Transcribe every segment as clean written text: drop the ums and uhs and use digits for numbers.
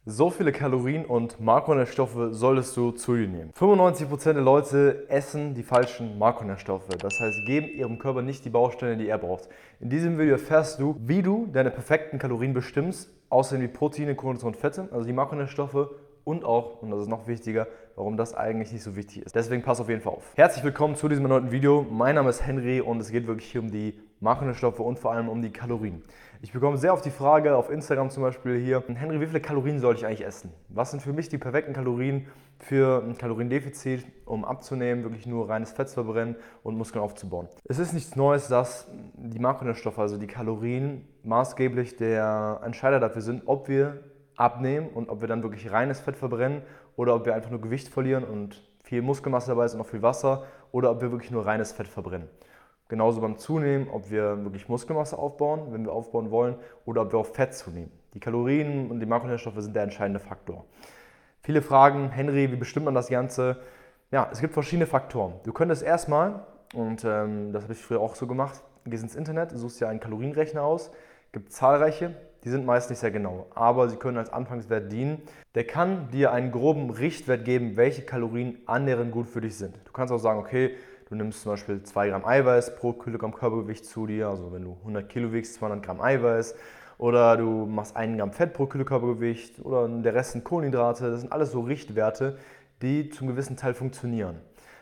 So viele Kalorien und Makronährstoffe solltest du zu dir nehmen. 95% der Leute essen die falschen Makronährstoffe. Das heißt, geben ihrem Körper nicht die Bausteine, die er braucht. In diesem Video erfährst du, wie du deine perfekten Kalorien bestimmst, außerdem die Proteine, Kohlenhydrate und Fette, also die Makronährstoffe und auch, und das ist noch wichtiger, warum das eigentlich nicht so wichtig ist. Deswegen pass auf jeden Fall auf. Herzlich willkommen zu diesem erneuten Video. Mein Name ist Henry und es geht wirklich hier um die Makronährstoffe und vor allem um die Kalorien. Ich bekomme sehr oft die Frage auf Instagram zum Beispiel hier: Henry, wie viele Kalorien soll ich eigentlich essen? Was sind für mich die perfekten Kalorien für ein Kaloriendefizit, um abzunehmen, wirklich nur reines Fett zu verbrennen und Muskeln aufzubauen? Es ist nichts Neues, dass die Makronährstoffe, also die Kalorien, maßgeblich der Entscheider dafür sind, ob wir abnehmen und ob wir dann wirklich reines Fett verbrennen oder ob wir einfach nur Gewicht verlieren und viel Muskelmasse dabei ist und noch viel Wasser, oder ob wir wirklich nur reines Fett verbrennen. Genauso beim Zunehmen, ob wir wirklich Muskelmasse aufbauen, wenn wir aufbauen wollen, oder ob wir auf Fett zunehmen. Die Kalorien und die Makronährstoffe sind der entscheidende Faktor. Viele fragen: Henry, wie bestimmt man das Ganze? Ja, es gibt verschiedene Faktoren. Du könntest erstmal, und das habe ich früher auch so gemacht, gehst ins Internet, suchst dir einen Kalorienrechner aus, gibt zahlreiche, die sind meist nicht sehr genau, aber sie können als Anfangswert dienen. Der kann dir einen groben Richtwert geben, welche Kalorien annähernd gut für dich sind. Du kannst auch sagen, okay, du nimmst zum Beispiel 2 Gramm Eiweiß pro Kilogramm Körpergewicht zu dir, also wenn du 100 Kilo wiegst, 200 Gramm Eiweiß. Oder du machst 1 Gramm Fett pro Kilo Körpergewicht oder der Rest sind Kohlenhydrate. Das sind alles so Richtwerte, die zum gewissen Teil funktionieren.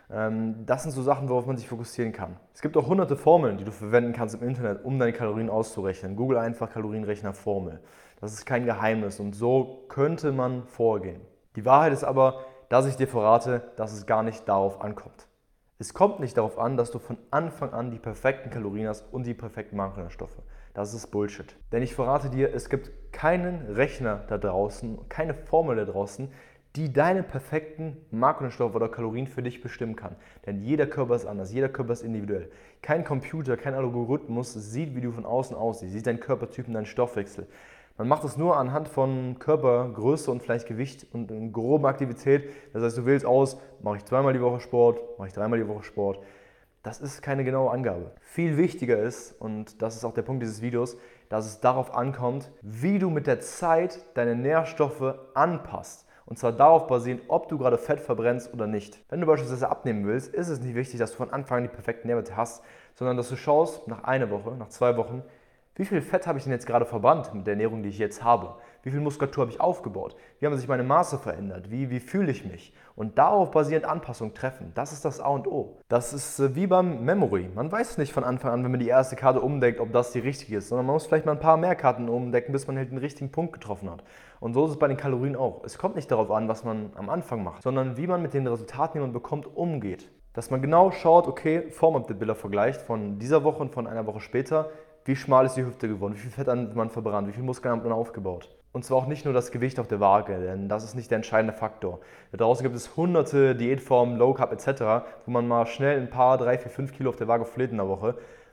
Das sind so Sachen, worauf man sich fokussieren kann. Es gibt auch hunderte Formeln, die du verwenden kannst im Internet, um deine Kalorien auszurechnen. Google einfach Kalorienrechner Formel. Das ist kein Geheimnis und so könnte man vorgehen. Die Wahrheit ist aber, dass ich dir verrate, dass es gar nicht darauf ankommt. Es kommt nicht darauf an, dass du von Anfang an die perfekten Kalorien hast und die perfekten Makronährstoffe. Das ist Bullshit. Denn ich verrate dir, es gibt keinen Rechner da draußen, keine Formel da draußen, die deine perfekten Makronährstoffe oder Kalorien für dich bestimmen kann. Denn jeder Körper ist anders, jeder Körper ist individuell. Kein Computer, kein Algorithmus sieht, wie du von außen aussiehst, sieht deinen Körpertyp und deinen Stoffwechsel. Man macht es nur anhand von Körpergröße und vielleicht Gewicht und groben Aktivität. Das heißt, du wählst aus, mache ich 2-mal die Woche Sport, mache ich 3-mal die Woche Sport. Das ist keine genaue Angabe. Viel wichtiger ist, und das ist auch der Punkt dieses Videos, dass es darauf ankommt, wie du mit der Zeit deine Nährstoffe anpasst. Und zwar darauf basierend, ob du gerade Fett verbrennst oder nicht. Wenn du beispielsweise abnehmen willst, ist es nicht wichtig, dass du von Anfang an die perfekten Nährwerte hast, sondern dass du schaust nach einer Woche, nach 2 Wochen, wie viel Fett habe ich denn jetzt gerade verbrannt mit der Ernährung, die ich jetzt habe? Wie viel Muskulatur habe ich aufgebaut? Wie haben sich meine Maße verändert? Wie fühle ich mich? Und darauf basierend Anpassungen treffen. Das ist das A und O. Das ist wie beim Memory. Man weiß nicht von Anfang an, wenn man die erste Karte umdeckt, ob das die richtige ist, sondern man muss vielleicht mal ein paar mehr Karten umdecken, bis man halt den richtigen Punkt getroffen hat. Und so ist es bei den Kalorien auch. Es kommt nicht darauf an, was man am Anfang macht, sondern wie man mit den Resultaten, die man bekommt, umgeht. Dass man genau schaut, okay, Form-Up-Bilder vergleicht von dieser Woche und von einer Woche später. Wie schmal ist die Hüfte geworden? Wie viel Fett hat man verbrannt? Wie viel Muskeln hat man aufgebaut? Und zwar auch nicht nur das Gewicht auf der Waage, denn das ist nicht der entscheidende Faktor. Da draußen gibt es hunderte Diätformen, Low Carb etc., wo man mal schnell ein paar, 3, 4, 5 Kilo auf der Waage verliert in der Woche.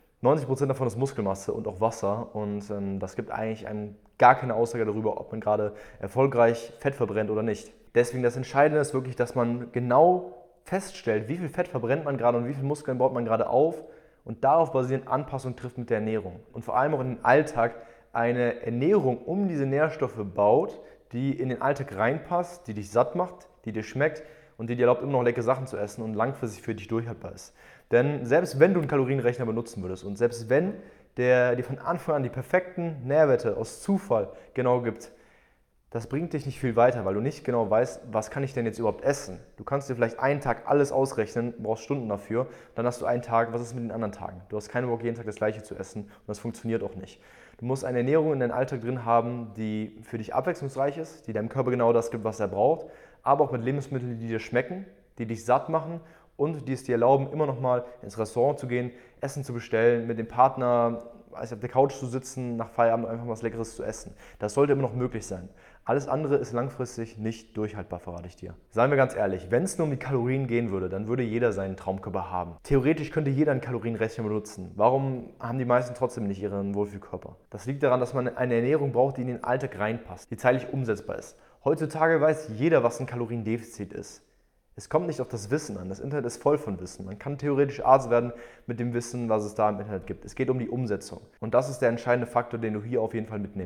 90% davon ist Muskelmasse und auch Wasser, und das gibt eigentlich gar keine Aussage darüber, ob man gerade erfolgreich Fett verbrennt oder nicht. Deswegen das Entscheidende ist wirklich, dass man genau feststellt, wie viel Fett verbrennt man gerade und wie viel Muskeln baut man gerade auf, und darauf basierend Anpassung trifft mit der Ernährung. Und vor allem auch in den Alltag eine Ernährung um diese Nährstoffe baut, die in den Alltag reinpasst, die dich satt macht, die dir schmeckt und die dir erlaubt, immer noch leckere Sachen zu essen und langfristig für dich durchhaltbar ist. Denn selbst wenn du einen Kalorienrechner benutzen würdest und selbst wenn der dir von Anfang an die perfekten Nährwerte aus Zufall genau gibt, das bringt dich nicht viel weiter, weil du nicht genau weißt, was kann ich denn jetzt überhaupt essen. Du kannst dir vielleicht einen Tag alles ausrechnen, brauchst Stunden dafür, dann hast du einen Tag, was ist mit den anderen Tagen? Du hast keinen Bock, jeden Tag das Gleiche zu essen, und das funktioniert auch nicht. Du musst eine Ernährung in deinem Alltag drin haben, die für dich abwechslungsreich ist, die deinem Körper genau das gibt, was er braucht, aber auch mit Lebensmitteln, die dir schmecken, die dich satt machen und die es dir erlauben, immer noch mal ins Restaurant zu gehen, Essen zu bestellen, mit dem Partner auf der Couch zu sitzen, nach Feierabend einfach was Leckeres zu essen. Das sollte immer noch möglich sein. Alles andere ist langfristig nicht durchhaltbar, verrate ich dir. Seien wir ganz ehrlich, wenn es nur um die Kalorien gehen würde, dann würde jeder seinen Traumkörper haben. Theoretisch könnte jeder einen Kalorienrechner benutzen. Warum haben die meisten trotzdem nicht ihren Wohlfühlkörper? Das liegt daran, dass man eine Ernährung braucht, die in den Alltag reinpasst, die zeitlich umsetzbar ist. Heutzutage weiß jeder, was ein Kaloriendefizit ist. Es kommt nicht auf das Wissen an. Das Internet ist voll von Wissen. Man kann theoretisch Arzt werden mit dem Wissen, was es da im Internet gibt. Es geht um die Umsetzung. Und das ist der entscheidende Faktor, den du hier auf jeden Fall mitnehmen musst.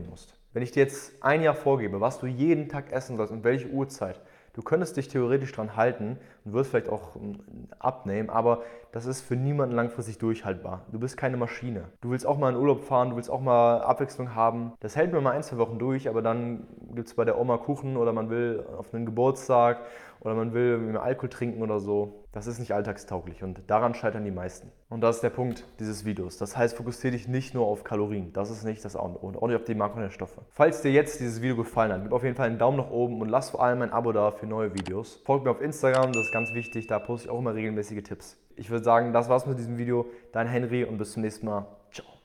Wenn ich dir jetzt ein Jahr vorgebe, was du jeden Tag essen sollst und welche Uhrzeit, du könntest dich theoretisch dran halten und wirst vielleicht auch abnehmen, aber das ist für niemanden langfristig durchhaltbar. Du bist keine Maschine. Du willst auch mal in Urlaub fahren, du willst auch mal Abwechslung haben. Das hält mir mal 1, 2 Wochen durch, aber dann gibt es bei der Oma Kuchen oder man will auf einen Geburtstag oder man will mehr Alkohol trinken oder so. Das ist nicht alltagstauglich und daran scheitern die meisten. Und das ist der Punkt dieses Videos. Das heißt, fokussiere dich nicht nur auf Kalorien. Das ist nicht das A und O und auch nicht auf die Makronährstoffe. Falls dir jetzt dieses Video gefallen hat, gib auf jeden Fall einen Daumen nach oben und lass vor allem ein Abo da für neue Videos. Folgt mir auf Instagram, das ist ganz wichtig, da poste ich auch immer regelmäßige Tipps. Ich würde sagen, das war's mit diesem Video. Dein Henry und bis zum nächsten Mal. Ciao.